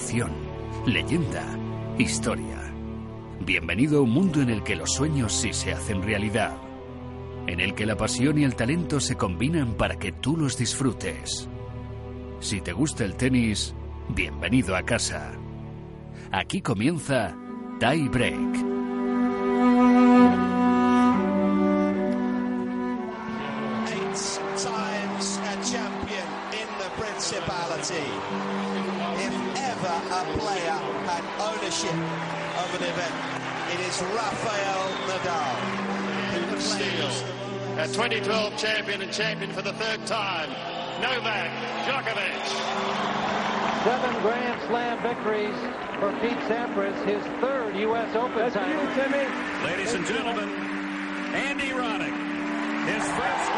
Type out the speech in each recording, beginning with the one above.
tradición, leyenda, historia. Bienvenido a un mundo en el que los sueños sí se hacen realidad, en el que la pasión y el talento se combinan para que tú los disfrutes. Si te gusta el tenis, bienvenido a casa. Aquí comienza Tie Break. If ever a player had ownership of an event, it is Rafael Nadal. Steals. A 2012 champion and champion for the third time, Novak Djokovic. 7 Grand Slam victories for Pete Sampras, his third U.S. Open title. Ladies and gentlemen, Andy Roddick, his first.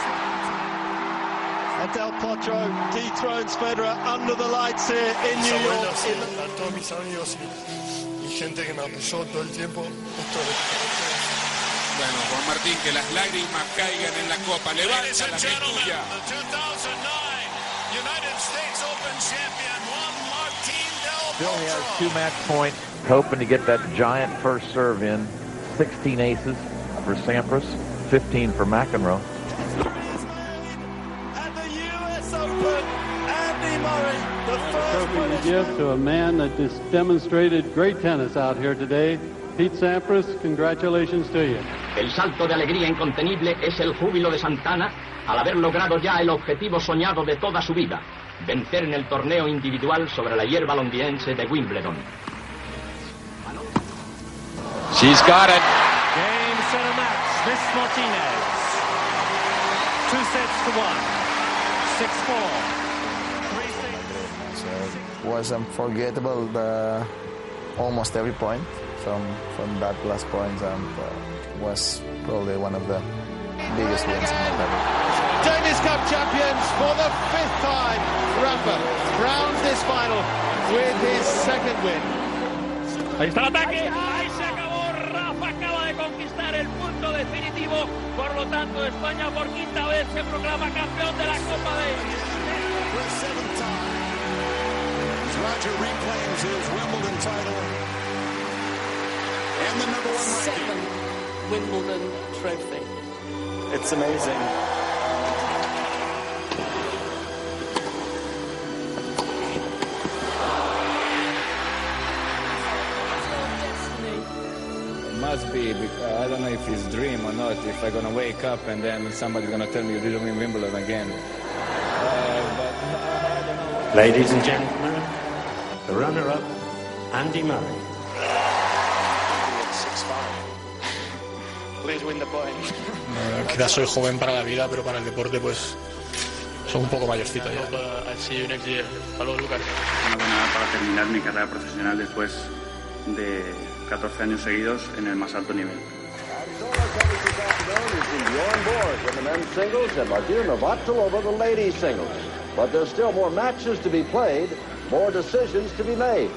Del Potro dethrones Federer under the lights here in New York. A todos mis amigos y gente que me apoyó todo el tiempo. Bueno, Juan Martín, que las lágrimas caigan en la copa. Levanta la tuya. The 2009 United States Open champion Juan Martín Del Potro. Still has 2-match point, hoping to get that giant first serve in. 16 aces for Sampras, 15 for McEnroe. Trophy to give to a man that just demonstrated great tennis out here today. Pete Sampras, congratulations to you. El salto de alegría incontenible es el júbilo de Santana al haber logrado ya el objetivo soñado de toda su vida, vencer en el torneo individual sobre la hierba londinense de Wimbledon. She's got it. Game, set, a match. Miss Martinez. 2 sets to 1. 6-4. Was unforgettable almost every point from that last point was probably one of the biggest wins in my career. Davis Cup champions for the 5th time. Rafa crowns this final with his second win. Ahí está el ataque. Ahí se acabó. Rafa acaba de conquistar el punto definitivo. Por lo tanto, España por quinta vez se proclama campeón de la Copa Davis. Roger reclaims his Wimbledon title and the number 1 ranking. 7th Wimbledon trophy. It's amazing. It must be, I don't know if it's a dream or not, if I'm going to wake up and then somebody's going to tell me you didn't win Wimbledon again. Ladies and gentlemen, the runner-up, Andy Murray. 6-5. Please win the point. Quizás soy joven para la vida, pero para el deporte pues soy un poco mayorcito ya. I'll see you next year. Hasta luego, Lucas. Una buena edad para terminar mi carrera profesional después de 14 años seguidos en el más alto nivel. But there's still more matches to be played, more decisions to be made.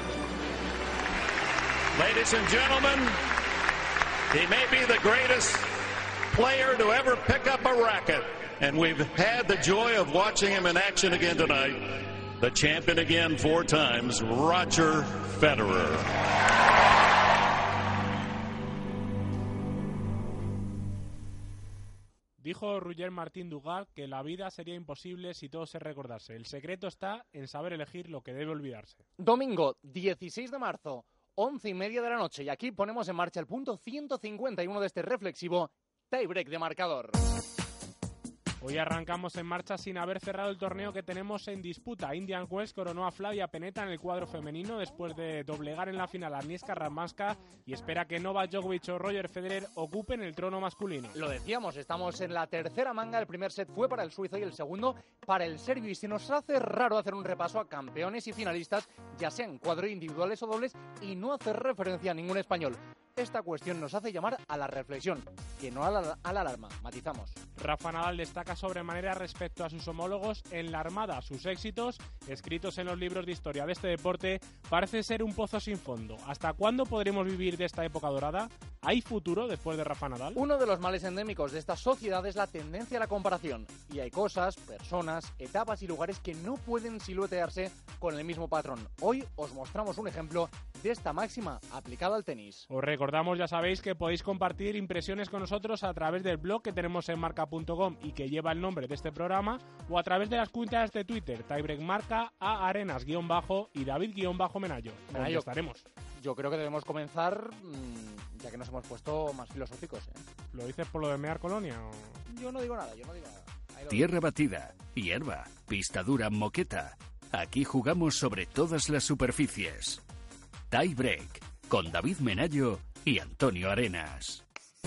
Ladies and gentlemen, he may be the greatest player to ever pick up a racket, and we've had the joy of watching him in action again tonight. The champion again 4 times, Roger Federer. Dijo Roger Martín Dugas que la vida sería imposible si todo se recordase. El secreto está en saber elegir lo que debe olvidarse. Domingo 16 de marzo, 11:30 de la noche, y aquí ponemos en marcha el punto 151 de este reflexivo tiebreak de marcador. Hoy arrancamos en marcha sin haber cerrado el torneo que tenemos en disputa. Indian Wells coronó a Flavia Pennetta en el cuadro femenino después de doblegar en la final a Agnieszka Radwanska y espera que Novak Djokovic o Roger Federer ocupen el trono masculino. Lo decíamos, estamos en la tercera manga. El primer set fue para el suizo y el segundo para el serbio, y se nos hace raro hacer un repaso a campeones y finalistas, ya sean cuadro individuales o dobles, y no hacer referencia a ningún español. Esta cuestión nos hace llamar a la reflexión, que no a la alarma. Matizamos. Rafa Nadal destaca sobremanera respecto a sus homólogos en la Armada. Sus éxitos, escritos en los libros de historia de este deporte, parece ser un pozo sin fondo. ¿Hasta cuándo podremos vivir de esta época dorada? ¿Hay futuro después de Rafa Nadal? Uno de los males endémicos de esta sociedad es la tendencia a la comparación. Y hay cosas, personas, etapas y lugares que no pueden siluetearse con el mismo patrón. Hoy os mostramos un ejemplo de esta máxima aplicada al tenis. Os recordamos, ya sabéis, que podéis compartir impresiones con nosotros a través del blog que tenemos en marca.com y que lleva el nombre de este programa, o a través de las cuentas de Twitter, tiebreakmarca, a Arenas- y David-Menayo. Donde estaremos. Yo creo que debemos comenzar, ya que nos hemos puesto más filosóficos, ¿eh? ¿Lo dices por lo de mear colonia o...? Yo no digo nada. Tierra batida, hierba, pista dura, moqueta. Aquí jugamos sobre todas las superficies. Tie Break, con David Menayo y Antonio Arenas.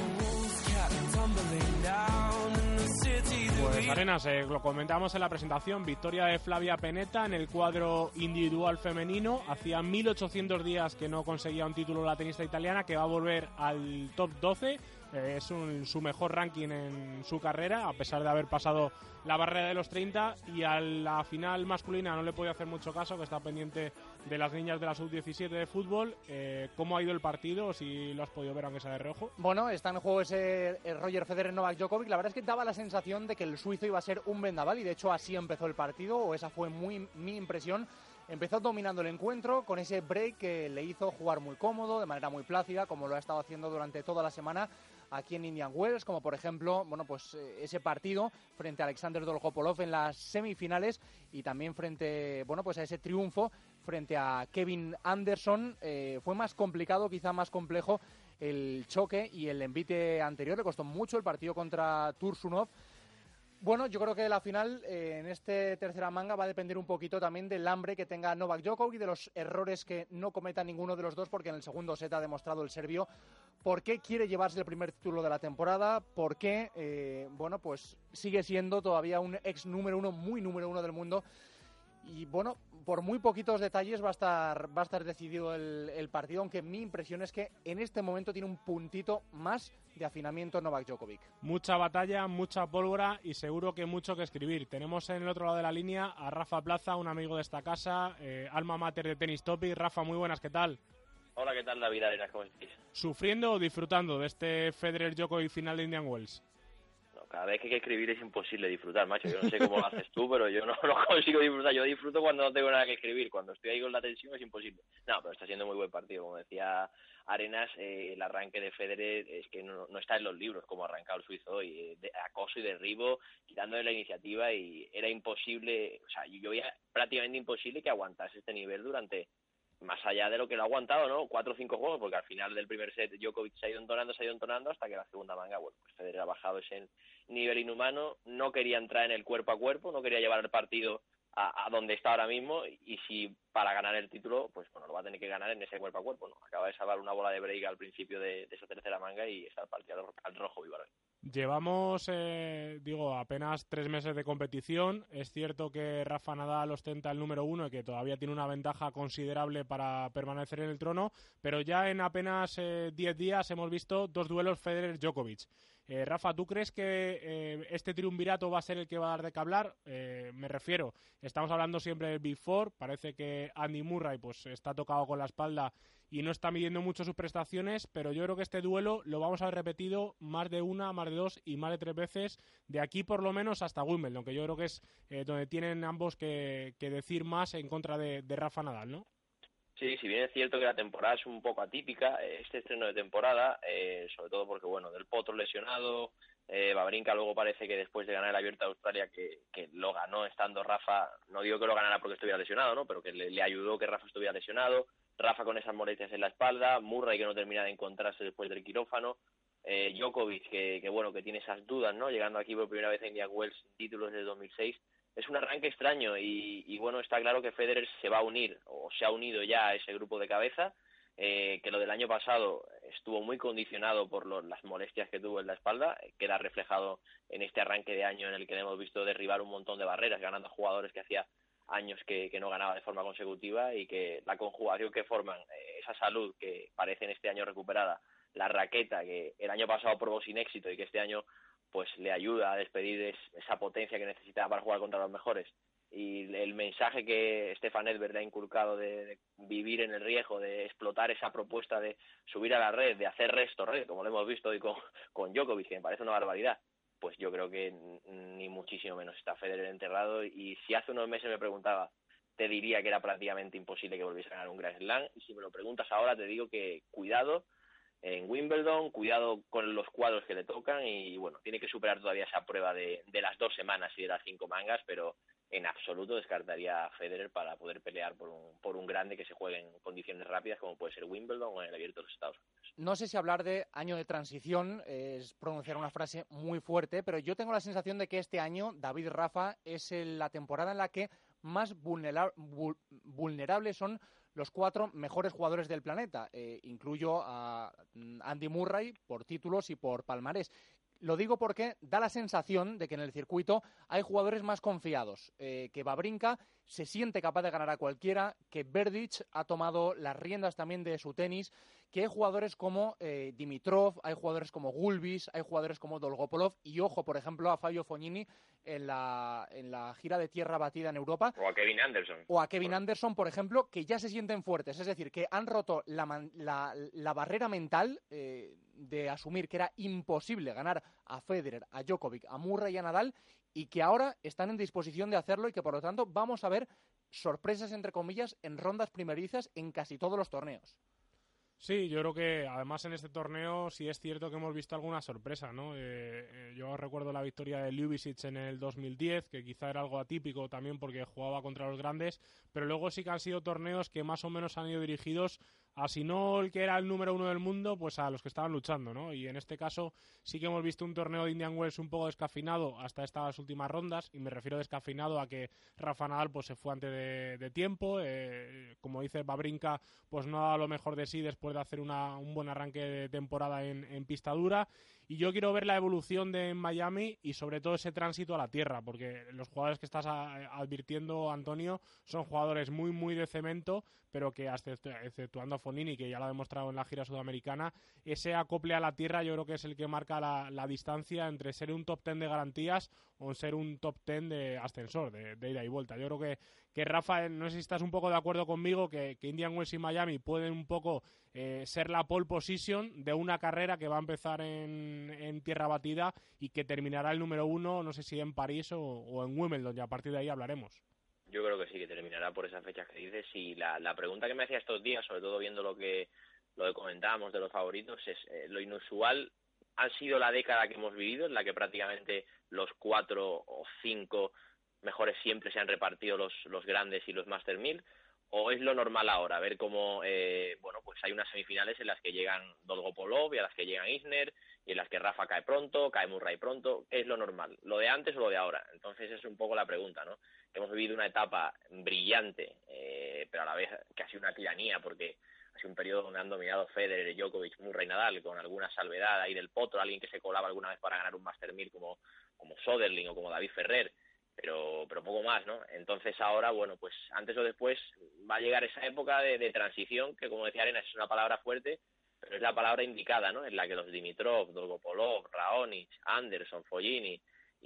Pues Arenas, lo comentamos en la presentación, victoria de Flavia Pennetta en el cuadro individual femenino. Hacía 1800 días que no conseguía un título la tenista italiana, que va a volver al top 12. Es su mejor ranking en su carrera, a pesar de haber pasado la barrera de los 30, y a la final masculina no le podía hacer mucho caso, que está pendiente de las niñas de la sub-17 de fútbol. ¿Cómo ha ido el partido? Si lo has podido ver, aunque sea de reojo. Bueno, está en juego ese Roger Federer-Novak Djokovic. La verdad es que daba la sensación de que el suizo iba a ser un vendaval, y de hecho así empezó el partido, o esa fue mi impresión. Empezó dominando el encuentro con ese break que le hizo jugar muy cómodo, de manera muy plácida, como lo ha estado haciendo durante toda la semana aquí en Indian Wells, como por ejemplo, ese partido frente a Alexander Dolgopolov en las semifinales, y también frente, a ese triunfo frente a Kevin Anderson. Fue más complicado, quizá más complejo el choque y el envite anterior. Le costó mucho el partido contra Tursunov. Bueno, yo creo que la final en este tercera manga va a depender un poquito también del hambre que tenga Novak Djokovic y de los errores que no cometa ninguno de los dos, porque en el segundo set ha demostrado el serbio por qué quiere llevarse el primer título de la temporada, por qué, sigue siendo todavía un ex número uno, muy número uno del mundo. Y bueno, por muy poquitos detalles va a estar decidido el partido, aunque mi impresión es que en este momento tiene un puntito más de afinamiento Novak Djokovic. Mucha batalla, mucha pólvora y seguro que mucho que escribir. Tenemos en el otro lado de la línea a Rafa Plaza, un amigo de esta casa, alma mater de Tennis Topic. Rafa, muy buenas, ¿qué tal? Hola, ¿qué tal, David Arenas? ¿Cómo estáis? ¿Sufriendo o disfrutando de este Federer-Djokovic final de Indian Wells? Cada vez que hay que escribir es imposible disfrutar, macho. Yo no sé cómo lo haces tú, pero yo no consigo disfrutar. Yo disfruto cuando no tengo nada que escribir. Cuando estoy ahí con la tensión es imposible. No, pero está siendo muy buen partido. Como decía Arenas, el arranque de Federer es que no está en los libros como ha arrancado el suizo hoy. De acoso y derribo, quitándole la iniciativa, y era imposible, o sea, yo veía prácticamente imposible que aguantase este nivel durante, más allá de lo que lo ha aguantado, ¿no? 4 o 5 juegos, porque al final del primer set Djokovic se ha ido entonando hasta que la segunda manga, pues Federer ha bajado ese nivel inhumano, no quería entrar en el cuerpo a cuerpo, no quería llevar el partido a donde está ahora mismo, y si para ganar el título, pues lo va a tener que ganar en ese cuerpo a cuerpo, ¿no? Acaba de salvar una bola de break al principio de esa tercera manga y está el partido al rojo vivo hoy. Llevamos, apenas 3 meses de competición. Es cierto que Rafa Nadal ostenta el número 1 y que todavía tiene una ventaja considerable para permanecer en el trono, pero ya en apenas 10 días hemos visto 2 duelos Federer-Djokovic. Rafa, ¿tú crees que este triunvirato va a ser el que va a dar de qué hablar? Me refiero, estamos hablando siempre del Big Four, parece que Andy Murray pues está tocado con la espalda y no está midiendo mucho sus prestaciones, pero yo creo que este duelo lo vamos a ver repetido más de 1, más de 2 y más de 3 veces, de aquí por lo menos hasta Wimbledon, que yo creo que es donde tienen ambos que decir más en contra de Rafa Nadal, ¿no? Sí, si bien es cierto que la temporada es un poco atípica, este estreno de temporada, sobre todo porque, Del Potro lesionado, Wawrinka luego parece que después de ganar el Abierto de Australia, que lo ganó estando Rafa, no digo que lo ganara porque estuviera lesionado, ¿no? Pero que le ayudó que Rafa estuviera lesionado, Rafa con esas molestias en la espalda, Murray que no termina de encontrarse después del quirófano, Djokovic que tiene esas dudas, ¿no? Llegando aquí por primera vez a Indian Wells, títulos desde 2006, es un arranque extraño y está claro que Federer se va a unir, o se ha unido ya a ese grupo de cabeza, que lo del año pasado estuvo muy condicionado por las molestias que tuvo en la espalda, queda reflejado en este arranque de año en el que le hemos visto derribar un montón de barreras, ganando a jugadores que hacía años que no ganaba de forma consecutiva, y que la conjugación que forman, esa salud que parece en este año recuperada, la raqueta que el año pasado probó sin éxito y que este año pues le ayuda a despedir esa potencia que necesitaba para jugar contra los mejores, y el mensaje que Stefan Edberg le ha inculcado de vivir en el riesgo, de explotar esa propuesta de subir a la red, de hacer resto red, como lo hemos visto hoy con Djokovic, que me parece una barbaridad, pues yo creo que ni muchísimo menos está Federer enterrado. Y si hace unos meses me preguntaba, te diría que era prácticamente imposible que volviese a ganar un Grand Slam, y si me lo preguntas ahora te digo que cuidado en Wimbledon, cuidado con los cuadros que le tocan, y bueno, tiene que superar todavía esa prueba de las 2 semanas y de las 5 mangas, pero en absoluto descartaría a Federer para poder pelear por un grande que se juegue en condiciones rápidas como puede ser Wimbledon o en el Abierto de los Estados Unidos. No sé si hablar de año de transición es pronunciar una frase muy fuerte, pero yo tengo la sensación de que este año David Rafa es la temporada en la que más vulnerables son los 4 mejores jugadores del planeta. Incluyo a Andy Murray por títulos y por palmarés. Lo digo porque da la sensación de que en el circuito hay jugadores más confiados, que Wawrinka se siente capaz de ganar a cualquiera, que Berdych ha tomado las riendas también de su tenis, que hay jugadores como Dimitrov, hay jugadores como Gulbis, hay jugadores como Dolgopolov y, ojo, por ejemplo, a Fabio Fognini en la gira de tierra batida en Europa. O a Kevin Anderson. O a Kevin Anderson, por ejemplo, que ya se sienten fuertes, es decir, que han roto la barrera mental de asumir que era imposible ganar a Federer, a Djokovic, a Murray y a Nadal, y que ahora están en disposición de hacerlo y que, por lo tanto, vamos a ver sorpresas, entre comillas, en rondas primerizas en casi todos los torneos. Sí, yo creo que además en este torneo sí es cierto que hemos visto alguna sorpresa, ¿no? Yo recuerdo la victoria de Ljubicic en el 2010, que quizá era algo atípico también porque jugaba contra los grandes, pero luego sí que han sido torneos que más o menos han ido dirigidos a, si no el que era el número 1 del mundo, pues a los que estaban luchando, ¿no? Y en este caso sí que hemos visto un torneo de Indian Wells un poco descafeinado hasta estas últimas rondas, y me refiero descafeinado a que Rafa Nadal pues se fue antes de tiempo, como dice Wawrinka, pues no ha dado lo mejor de sí después de hacer un buen arranque de temporada en pista dura, y yo quiero ver la evolución de Miami y sobre todo ese tránsito a la tierra, porque los jugadores que estás advirtiendo, Antonio, son jugadores muy muy de cemento, pero que exceptuando a Fognini, que ya lo ha demostrado en la gira sudamericana, ese acople a la tierra yo creo que es el que marca la distancia entre ser un top 10 de garantías o ser un top 10 de ascensor, de ida y vuelta. Yo creo que Rafa, no sé si estás un poco de acuerdo conmigo, que Indian Wells y Miami pueden un poco ser la pole position de una carrera que va a empezar en tierra batida y que terminará el número 1, no sé si en París o en Wimbledon, y a partir de ahí hablaremos. Yo creo que sí, que terminará por esas fechas que dices. Y la pregunta que me hacía estos días, sobre todo viendo lo que comentábamos de los favoritos, es lo inusual ha sido la década que hemos vivido, en la que prácticamente los 4 o 5 mejores siempre se han repartido los grandes y los Master 1000, o es lo normal ahora, ver cómo pues hay unas semifinales en las que llegan Dolgopolov y a las que llegan Isner, y en las que Rafa cae pronto, cae Murray pronto. ¿Es lo normal? ¿Lo de antes o lo de ahora? Entonces es un poco la pregunta, ¿no? Hemos vivido una etapa brillante, pero a la vez casi una tiranía, porque ha sido un periodo donde han dominado Federer, Djokovic, Murray, Nadal, con alguna salvedad ahí del Potro, alguien que se colaba alguna vez para ganar un Master 1000 como Soderling o como David Ferrer, pero poco más, ¿no? Entonces ahora, bueno, pues antes o después va a llegar esa época de transición, que como decía Arenas es una palabra fuerte, pero es la palabra indicada, ¿no? En la que los Dimitrov, Dolgopolov, Raonic, Anderson, Fognini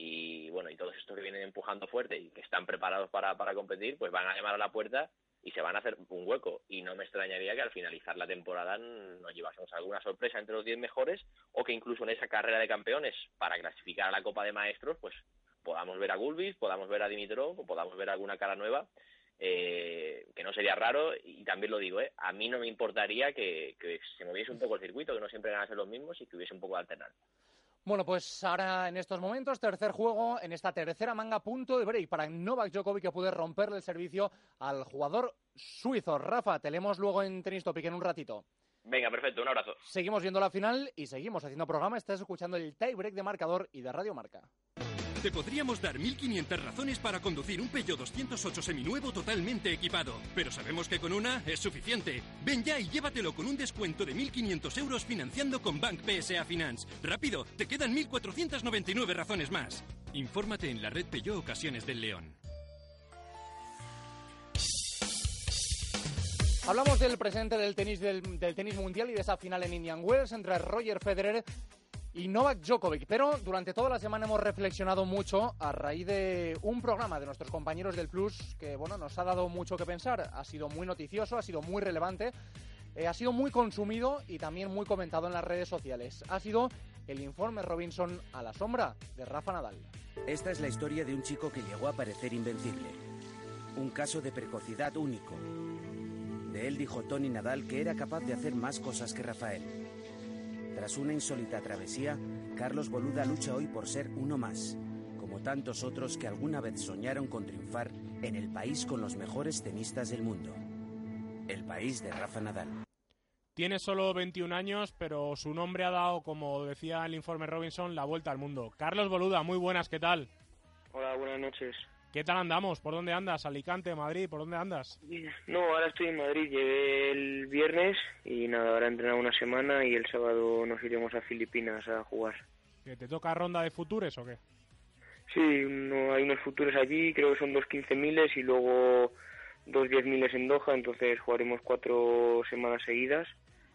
y bueno, y todos estos que vienen empujando fuerte y que están preparados para competir, pues van a llamar a la puerta y se van a hacer un hueco. Y no me extrañaría que al finalizar la temporada nos llevásemos alguna sorpresa entre los 10 mejores, o que incluso en esa carrera de campeones para clasificar a la Copa de Maestros, pues podamos ver a Gulbis, podamos ver a Dimitrov o podamos ver alguna cara nueva, que no sería raro. Y también lo digo, a mí no me importaría que se moviese un poco el circuito, que no siempre ganasen los mismos y que hubiese un poco de alternancia. Bueno, pues ahora en estos momentos, tercer juego, en esta tercera manga, punto de break para Novak Djokovic, que puede romperle el servicio al jugador suizo. Rafa, te leemos luego en Tenis Topic en un ratito. Venga, perfecto, un abrazo. Seguimos viendo la final y seguimos haciendo programa. Estás escuchando el tie break de Marcador y de Radio Marca. Te podríamos dar 1.500 razones para conducir un Peugeot 208 seminuevo totalmente equipado, pero sabemos que con una es suficiente. Ven ya y llévatelo con un descuento de 1.500 euros financiando con Bank PSA Finance. ¡Rápido! Te quedan 1.499 razones más. Infórmate en la red Peugeot Ocasiones del León. Hablamos del presente del tenis mundial y de esa final en Indian Wells entre Roger Federer y Novak Djokovic. Pero durante toda la semana hemos reflexionado mucho a raíz de un programa de nuestros compañeros del Plus que, bueno, nos ha dado mucho que pensar. Ha sido muy noticioso, ha sido muy relevante, ha sido muy consumido y también muy comentado en las redes sociales. Ha sido el informe Robinson a la sombra de Rafa Nadal. Esta es la historia de un chico que llegó a parecer invencible. Un caso de precocidad único. De él dijo Tony Nadal que era capaz de hacer más cosas que Rafael. Tras una insólita travesía, Carlos Boluda lucha hoy por ser uno más, como tantos otros que alguna vez soñaron con triunfar en el país con los mejores tenistas del mundo. El país de Rafa Nadal. Tiene solo 21 años, pero su nombre ha dado, como decía el informe Robinson, la vuelta al mundo. Carlos Boluda, muy buenas, ¿qué tal? Hola, buenas noches. ¿Qué tal andamos? ¿Por dónde andas? ¿Alicante, Madrid? ¿Por dónde andas? No, ahora estoy en Madrid. Llegué el viernes y nada, ahora he entrenado una semana y el sábado nos iremos a Filipinas a jugar. ¿Que te toca ronda de futures o qué? Sí, hay unos futures allí, creo que son 2 15.000 y luego 2 10.000 en Doha, entonces jugaremos 4 semanas seguidas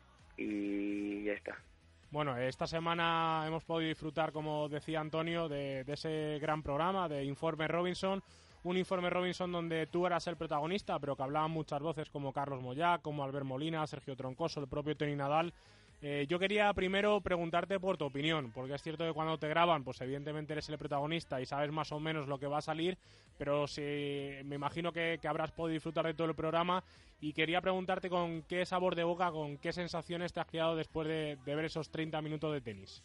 y ya está. Bueno, esta semana hemos podido disfrutar, como decía Antonio, de ese gran programa de Informe Robinson. Un Informe Robinson donde tú eras el protagonista, pero que hablaban muchas voces como Carlos Moyá, como Albert Molina, Sergio Troncoso, el propio Tony Nadal. Yo quería primero preguntarte por tu opinión, porque es cierto que cuando te graban, pues evidentemente eres el protagonista y sabes más o menos lo que va a salir, pero me imagino que habrás podido disfrutar de todo el programa y quería preguntarte con qué sabor de boca, con qué sensaciones te has quedado después de ver esos 30 minutos de tenis.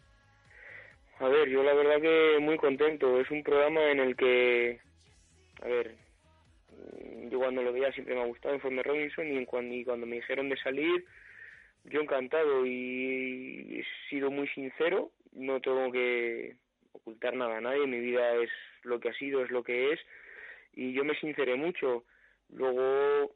A ver, yo la verdad que muy contento. Es un programa en el que, a ver, yo cuando lo veía siempre me ha gustado Informe Robinson y cuando me dijeron de salir, yo encantado y he sido muy sincero, no tengo que ocultar nada a nadie, mi vida es lo que ha sido, es lo que es y yo me sinceré mucho. Luego,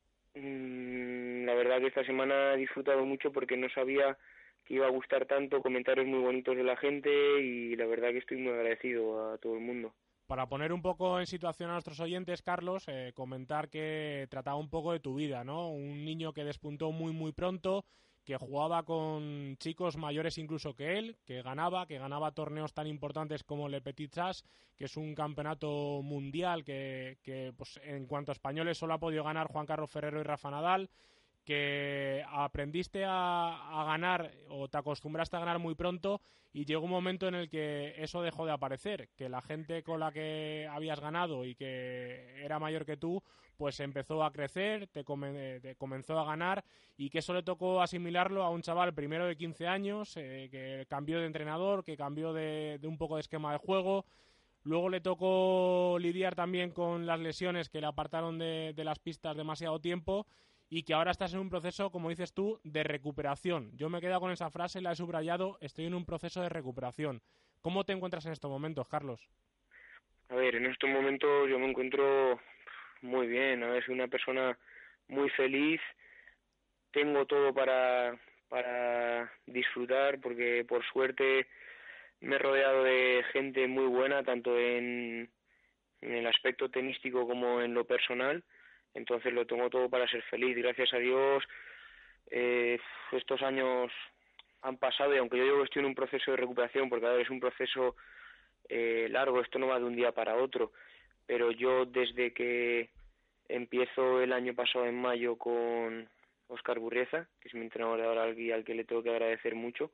la verdad que esta semana he disfrutado mucho porque no sabía que iba a gustar tanto, comentarios muy bonitos de la gente y la verdad que estoy muy agradecido a todo el mundo. Para poner un poco en situación a nuestros oyentes, Carlos, comentar que trataba un poco de tu vida, ¿no? Un niño que despuntó muy muy pronto, que jugaba con chicos mayores incluso que él, que ganaba torneos tan importantes como Le Petit Sas, que es un campeonato mundial que pues, en cuanto a españoles solo ha podido ganar Juan Carlos Ferrero y Rafa Nadal, que aprendiste a ganar o te acostumbraste a ganar muy pronto y llegó un momento en el que eso dejó de aparecer, que la gente con la que habías ganado y que era mayor que tú, pues empezó a crecer, te comenzó a ganar y que eso le tocó asimilarlo a un chaval primero de 15 años, que cambió de entrenador, que cambió de un poco de esquema de juego. Luego le tocó lidiar también con las lesiones que le apartaron de las pistas demasiado tiempo y que ahora estás en un proceso, como dices tú, de recuperación. Yo me he quedado con esa frase, la he subrayado, estoy en un proceso de recuperación. ¿Cómo te encuentras en estos momentos, Carlos? A ver, en estos momentos yo me encuentro muy bien, a ver, soy una persona muy feliz, tengo todo para disfrutar porque por suerte me he rodeado de gente muy buena, tanto en el aspecto tenístico como en lo personal. Entonces lo tengo todo para ser feliz. Gracias a Dios estos años han pasado y aunque yo digo que estoy en un proceso de recuperación, porque a ver, es un proceso largo, esto no va de un día para otro, pero yo desde que empiezo el año pasado en mayo con Óscar Burrieza, que es mi entrenador de ahora y al que le tengo que agradecer mucho,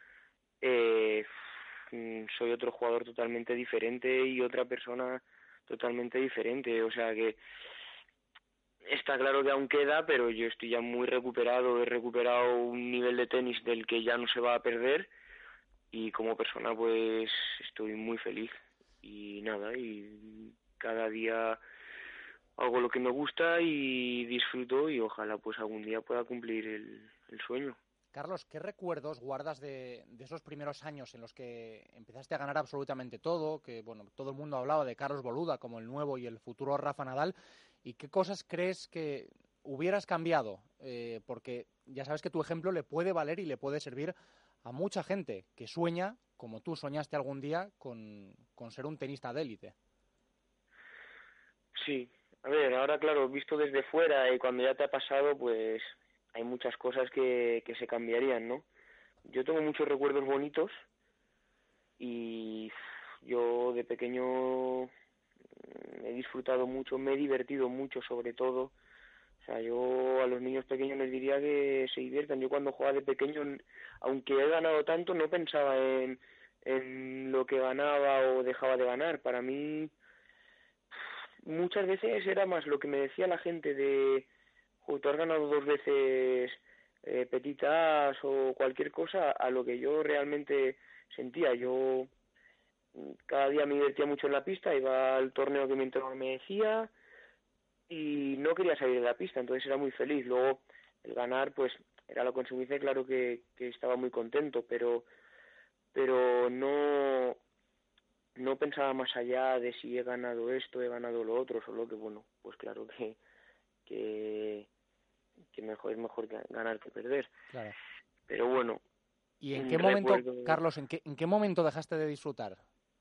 soy otro jugador totalmente diferente y otra persona totalmente diferente, o sea que está claro que aún queda, pero yo estoy ya muy recuperado, he recuperado un nivel de tenis del que ya no se va a perder y como persona pues estoy muy feliz y nada, y cada día hago lo que me gusta y disfruto y ojalá pues algún día pueda cumplir el sueño. Carlos, ¿qué recuerdos guardas de esos primeros años en los que empezaste a ganar absolutamente todo? Que bueno, todo el mundo hablaba de Carlos Boluda como el nuevo y el futuro Rafa Nadal. ¿Y qué cosas crees que hubieras cambiado? Porque ya sabes que tu ejemplo le puede valer y le puede servir a mucha gente que sueña, como tú soñaste algún día, con ser un tenista de élite. Sí, a ver, ahora claro, visto desde fuera y cuando ya te ha pasado, pues hay muchas cosas que se cambiarían, ¿no? yo tengo muchos recuerdos bonitos y yo de pequeño he disfrutado mucho, me he divertido mucho sobre todo. O sea, yo a los niños pequeños les diría que se diviertan. Yo cuando jugaba de pequeño, aunque he ganado tanto, no pensaba en lo que ganaba o dejaba de ganar. Para mí, muchas veces era más lo que me decía la gente de, tú has ganado 2 veces petitas o cualquier cosa, a lo que yo realmente sentía. Yo cada día me divertía mucho en la pista, iba al torneo que mi entrenador me decía y no quería salir de la pista, entonces era muy feliz. Luego el ganar pues era la consecuencia, claro que estaba muy contento, pero no pensaba más allá de si he ganado esto, he ganado lo otro, solo que bueno, pues claro que mejor es mejor ganar que perder. Claro. Pero bueno. ¿Y en qué momento, Carlos, en qué momento dejaste de disfrutar?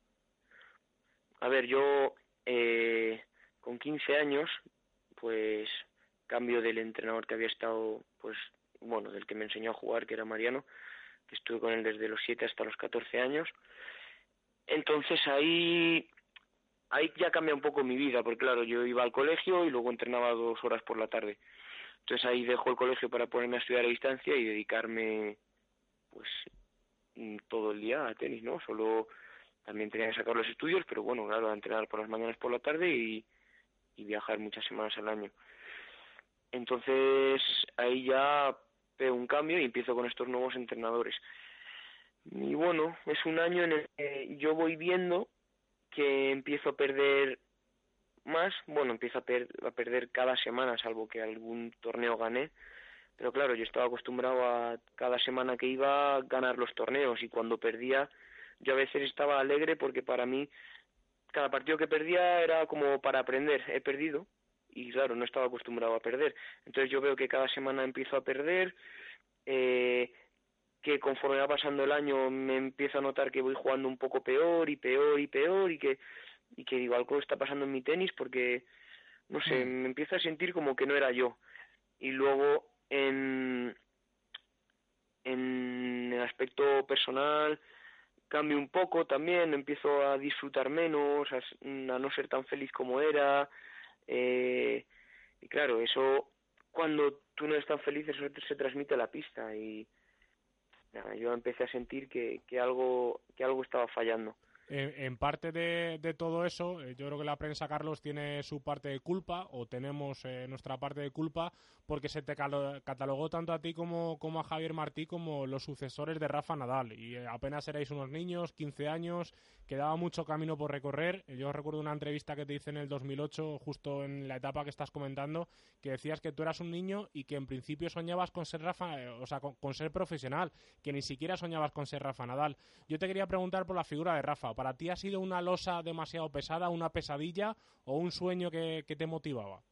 A ver, yo con 15 años, pues cambio del entrenador que había estado, pues bueno, del que me enseñó a jugar, que era Mariano, que estuve con él desde los 7 hasta los 14 años. Entonces ahí ya cambia un poco mi vida, porque claro, yo iba al colegio y luego entrenaba 2 horas por la tarde. Entonces ahí dejo el colegio para ponerme a estudiar a distancia y dedicarme pues todo el día a tenis, ¿no? Solo también tenía que sacar los estudios, pero bueno, claro, a entrenar por las mañanas por la tarde y viajar muchas semanas al año. Entonces ahí ya pego un cambio y empiezo con estos nuevos entrenadores. Y bueno, es un año en el que yo voy viendo que empiezo a perder más, bueno, empiezo a perder cada semana, salvo que algún torneo gané, pero claro, yo estaba acostumbrado a cada semana que iba a ganar los torneos y cuando perdía yo a veces estaba alegre porque para mí cada partido que perdía era como para aprender, he perdido y claro, no estaba acostumbrado a perder, entonces yo veo que cada semana empiezo a perder, que conforme va pasando el año me empiezo a notar que voy jugando un poco peor y peor y peor y que digo, algo está pasando en mi tenis porque, no sé, me empiezo a sentir como que no era yo. Y luego en el aspecto personal cambio un poco también, empiezo a disfrutar menos, a no ser tan feliz como era. Y claro, eso cuando tú no eres tan feliz, eso se transmite a la pista y nada, yo empecé a sentir que algo estaba fallando. En parte de todo eso, yo creo que la prensa, Carlos, tiene su parte de culpa, o tenemos nuestra parte de culpa, porque se te catalogó tanto a ti como a Javier Martí como los sucesores de Rafa Nadal, y apenas erais unos niños, 15 años, quedaba mucho camino por recorrer. Yo recuerdo una entrevista que te hice en el 2008, justo en la etapa que estás comentando, que decías que tú eras un niño y que en principio soñabas con ser con ser profesional, que ni siquiera soñabas con ser Rafa Nadal. Yo te quería preguntar por la figura de Rafa. ¿Para ti ha sido una losa demasiado pesada, una pesadilla o un sueño que te motivaba?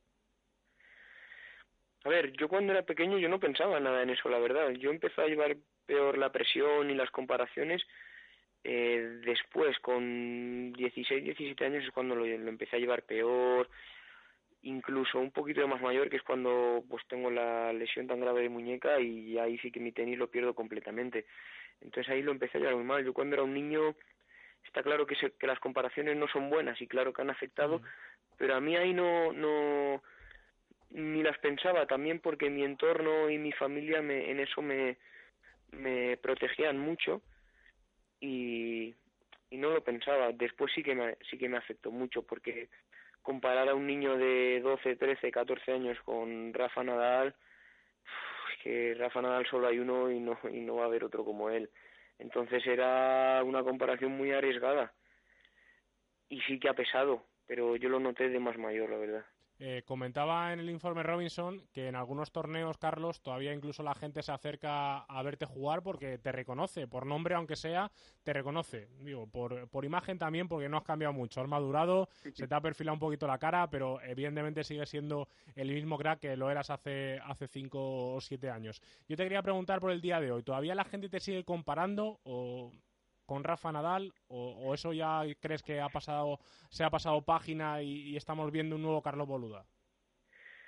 A ver, yo cuando era pequeño yo no pensaba nada en eso, la verdad. Yo empecé a llevar peor la presión y las comparaciones después, con 16, 17 años es cuando lo empecé a llevar peor, incluso un poquito de más mayor, que es cuando pues tengo la lesión tan grave de muñeca y ahí sí que mi tenis lo pierdo completamente. Entonces ahí lo empecé a llevar muy mal. Yo cuando era un niño, está claro que las comparaciones no son buenas y claro que han afectado, pero a mí ahí no ni las pensaba, también porque mi entorno y mi familia en eso me protegían mucho y no lo pensaba. Después sí que me afectó mucho, porque comparar a un niño de 12, 13, 14 años con Rafa Nadal, es que Rafa Nadal solo hay uno y no va a haber otro como él. Entonces era una comparación muy arriesgada y sí que ha pesado, pero yo lo noté de más mayor, la verdad. Comentaba en el informe Robinson que en algunos torneos, Carlos, todavía incluso la gente se acerca a verte jugar porque te reconoce, por nombre aunque sea, te reconoce. Digo, por imagen también, porque no has cambiado mucho, has madurado, se te ha perfilado un poquito la cara, pero evidentemente sigues siendo el mismo crack que lo eras hace 5 o 7 años. Yo te quería preguntar por el día de hoy, ¿todavía la gente te sigue comparando con Rafa Nadal o eso ya crees que se ha pasado página y estamos viendo un nuevo Carlos Boluda?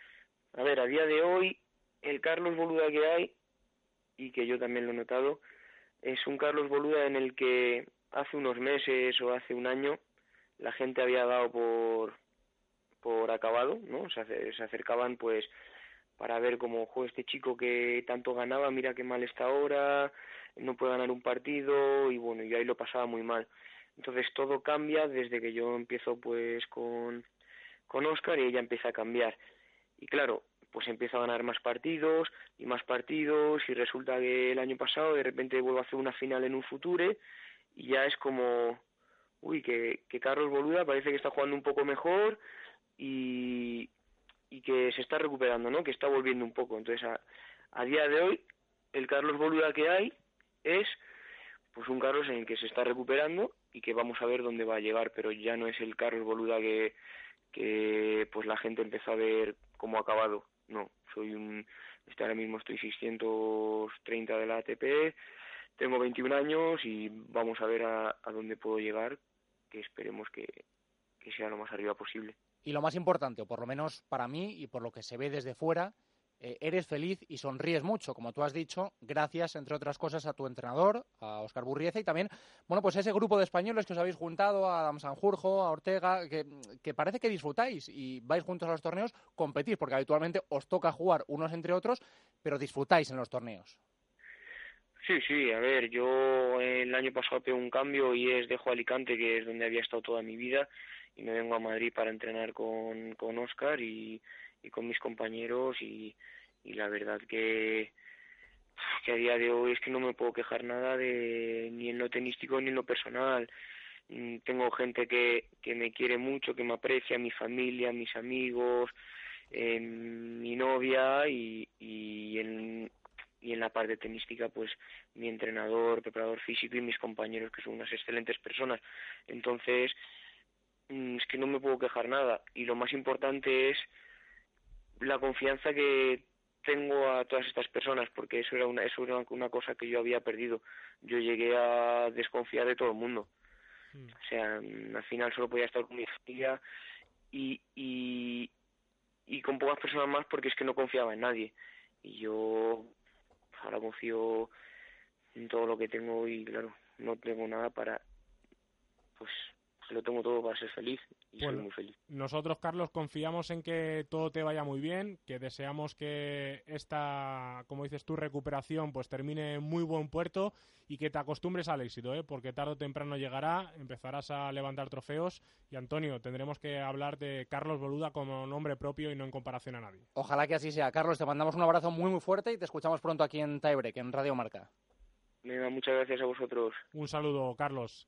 A ver, a día de hoy el Carlos Boluda que hay, y que yo también lo he notado, es un Carlos Boluda en el que hace unos meses o hace un año la gente había dado por acabado, ¿no? Se acercaban pues para ver cómo juega este chico que tanto ganaba, mira qué mal está ahora, no puede ganar un partido, y bueno, yo ahí lo pasaba muy mal. Entonces todo cambia desde que yo empiezo pues con Óscar, y ella empieza a cambiar. Y claro, pues empiezo a ganar más partidos, y resulta que el año pasado de repente vuelvo a hacer una final en un Future, y ya es como, uy, que Carlos Boluda parece que está jugando un poco mejor, y que se está recuperando, ¿no? Que está volviendo un poco. Entonces, a día de hoy, el Carlos Boluda que hay es pues un Carlos en el que se está recuperando y que vamos a ver dónde va a llegar, pero ya no es el Carlos Boluda que pues la gente empezó a ver como acabado. No, ahora mismo estoy 630 de la ATP, tengo 21 años y vamos a ver a dónde puedo llegar, que esperemos que sea lo más arriba posible. Y lo más importante, o por lo menos para mí y por lo que se ve desde fuera, eres feliz y sonríes mucho, como tú has dicho, gracias, entre otras cosas, a tu entrenador, a Óscar Burrieza, y también, bueno, pues ese grupo de españoles que os habéis juntado, a Adam Sanjurjo, a Ortega, que parece que disfrutáis y vais juntos a los torneos, competís, porque habitualmente os toca jugar unos entre otros, pero disfrutáis en los torneos. Sí, a ver, yo el año pasado pegué un cambio y dejo Alicante, que es donde había estado toda mi vida, y me vengo a Madrid para entrenar con Óscar y con mis compañeros, y la verdad que a día de hoy es que no me puedo quejar nada ni en lo tenístico ni en lo personal. Tengo gente que me quiere mucho, que me aprecia, mi familia, mis amigos, mi novia, y en la parte tenística pues mi entrenador, preparador físico y mis compañeros, que son unas excelentes personas. Entonces es que no me puedo quejar nada, y lo más importante es la confianza que tengo a todas estas personas, porque eso era una cosa que yo había perdido. Yo llegué a desconfiar de todo el mundo. O sea, al final solo podía estar con mi familia y con pocas personas más, porque es que no confiaba en nadie. Y yo ahora confío en todo lo que tengo, y claro, no tengo nada pues lo tengo todo para ser feliz, y soy muy feliz. Nosotros, Carlos, confiamos en que todo te vaya muy bien, que deseamos que esta, como dices tú, recuperación pues termine en muy buen puerto, y que te acostumbres al éxito, porque tarde o temprano llegará, empezarás a levantar trofeos, y Antonio, tendremos que hablar de Carlos Boluda como nombre propio y no en comparación a nadie. Ojalá que así sea. Carlos, te mandamos un abrazo muy muy fuerte y te escuchamos pronto aquí en Tiebreak, en Radio Marca. Venga, muchas gracias a vosotros. Un saludo, Carlos.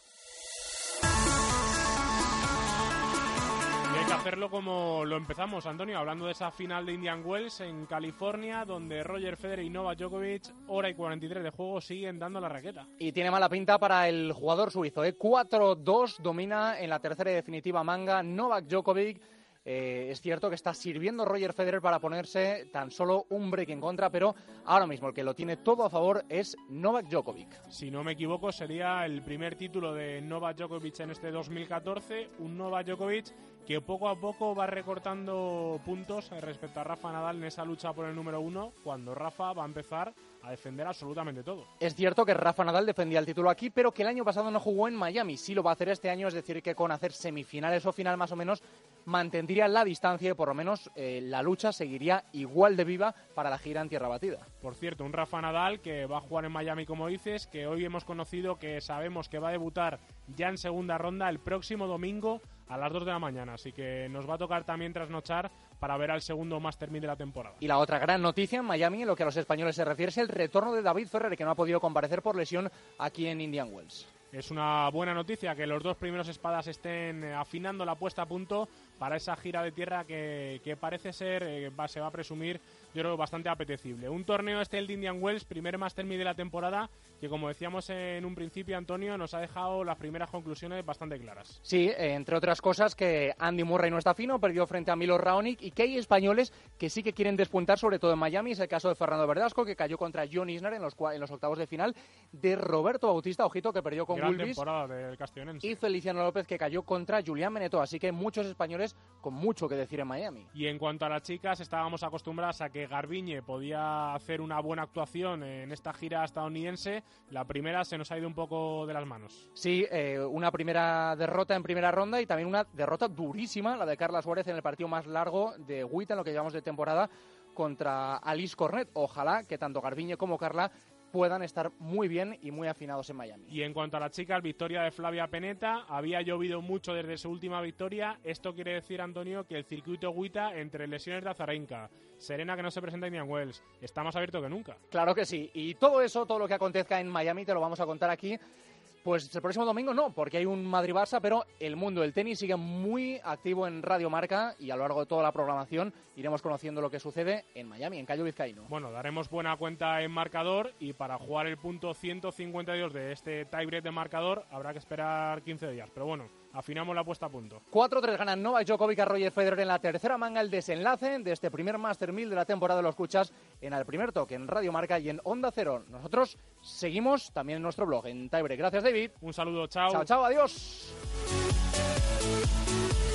Y hay que hacerlo como lo empezamos, Antonio, hablando de esa final de Indian Wells en California, donde Roger Federer y Novak Djokovic, hora y 43 de juego, siguen dando la raqueta. Y tiene mala pinta para el jugador suizo, 4-2 domina en la tercera y definitiva manga Novak Djokovic. Es cierto que está sirviendo Roger Federer para ponerse tan solo un break en contra, pero ahora mismo el que lo tiene todo a favor es Novak Djokovic. Si no me equivoco, sería el primer título de Novak Djokovic en este 2014, un Novak Djokovic que poco a poco va recortando puntos respecto a Rafa Nadal en esa lucha por el número 1, cuando Rafa va a empezar a defender absolutamente todo. Es cierto que Rafa Nadal defendía el título aquí, pero que el año pasado no jugó en Miami. Sí lo va a hacer este año, es decir, que con hacer semifinales o final más o menos mantendría la distancia, y por lo menos la lucha seguiría igual de viva para la gira en tierra batida. Por cierto, un Rafa Nadal que va a jugar en Miami, como dices, que hoy hemos conocido, que sabemos que va a debutar ya en segunda ronda el próximo domingo a las 2 de la mañana, así que nos va a tocar también trasnochar para ver al segundo Master 1000 de la temporada. Y la otra gran noticia en Miami, en lo que a los españoles se refiere, es el retorno de David Ferrer, que no ha podido comparecer por lesión aquí en Indian Wells. Es una buena noticia que los dos primeros espadas estén afinando la puesta a punto para esa gira de tierra que parece ser, se va a presumir, yo creo, bastante apetecible. Un torneo el de Indian Wells, primer Master 1000 de la temporada, que como decíamos en un principio, Antonio, nos ha dejado las primeras conclusiones bastante claras. Sí, entre otras cosas que Andy Murray no está fino, perdió frente a Milos Raonic, y que hay españoles que sí que quieren despuntar, sobre todo en Miami. Es el caso de Fernando Verdasco, que cayó contra John Isner en los octavos de final, de Roberto Bautista, ojito, que perdió con gran Wilvis, temporada del castellonense, y Feliciano López, que cayó contra Julián Benetó. Así que muchos españoles españoles con mucho que decir en Miami. Y en cuanto a las chicas, estábamos acostumbradas a que Garbiñe podía hacer una buena actuación en esta gira estadounidense. La primera se nos ha ido un poco de las manos. Sí, una primera derrota en primera ronda y también una derrota durísima, la de Carla Suárez en el partido más largo de WTA en lo que llevamos de temporada contra Alice Cornet. Ojalá que tanto Garbiñe como Carla puedan estar muy bien y muy afinados en Miami. Y en cuanto a las chicas, victoria de Flavia Pennetta. Había llovido mucho desde su última victoria. Esto quiere decir, Antonio, que el circuito WTA, entre lesiones de Azarenka, Serena que no se presenta en Indian Wells, está más abierto que nunca. Claro que sí. Y todo eso, todo lo que acontezca en Miami, te lo vamos a contar aquí. Pues el próximo domingo no, porque hay un Madrid-Barça, pero el mundo del tenis sigue muy activo en Radio Marca y a lo largo de toda la programación iremos conociendo lo que sucede en Miami, en Cayo Vizcaíno. Bueno, daremos buena cuenta en marcador y para jugar el punto 152 de este tiebreak de marcador habrá que esperar 15 días, pero bueno, afinamos la puesta a punto. 4-3 ganan Novak Djokovic a Roger Federer en la tercera manga, el desenlace de este primer Master 1000 de la temporada. Lo escuchas en Al Primer Toque, en Radio Marca y en Onda Cero. Nosotros seguimos también en nuestro blog, en Tiebreak. Gracias, David. Un saludo, chao. Chao, chao, adiós.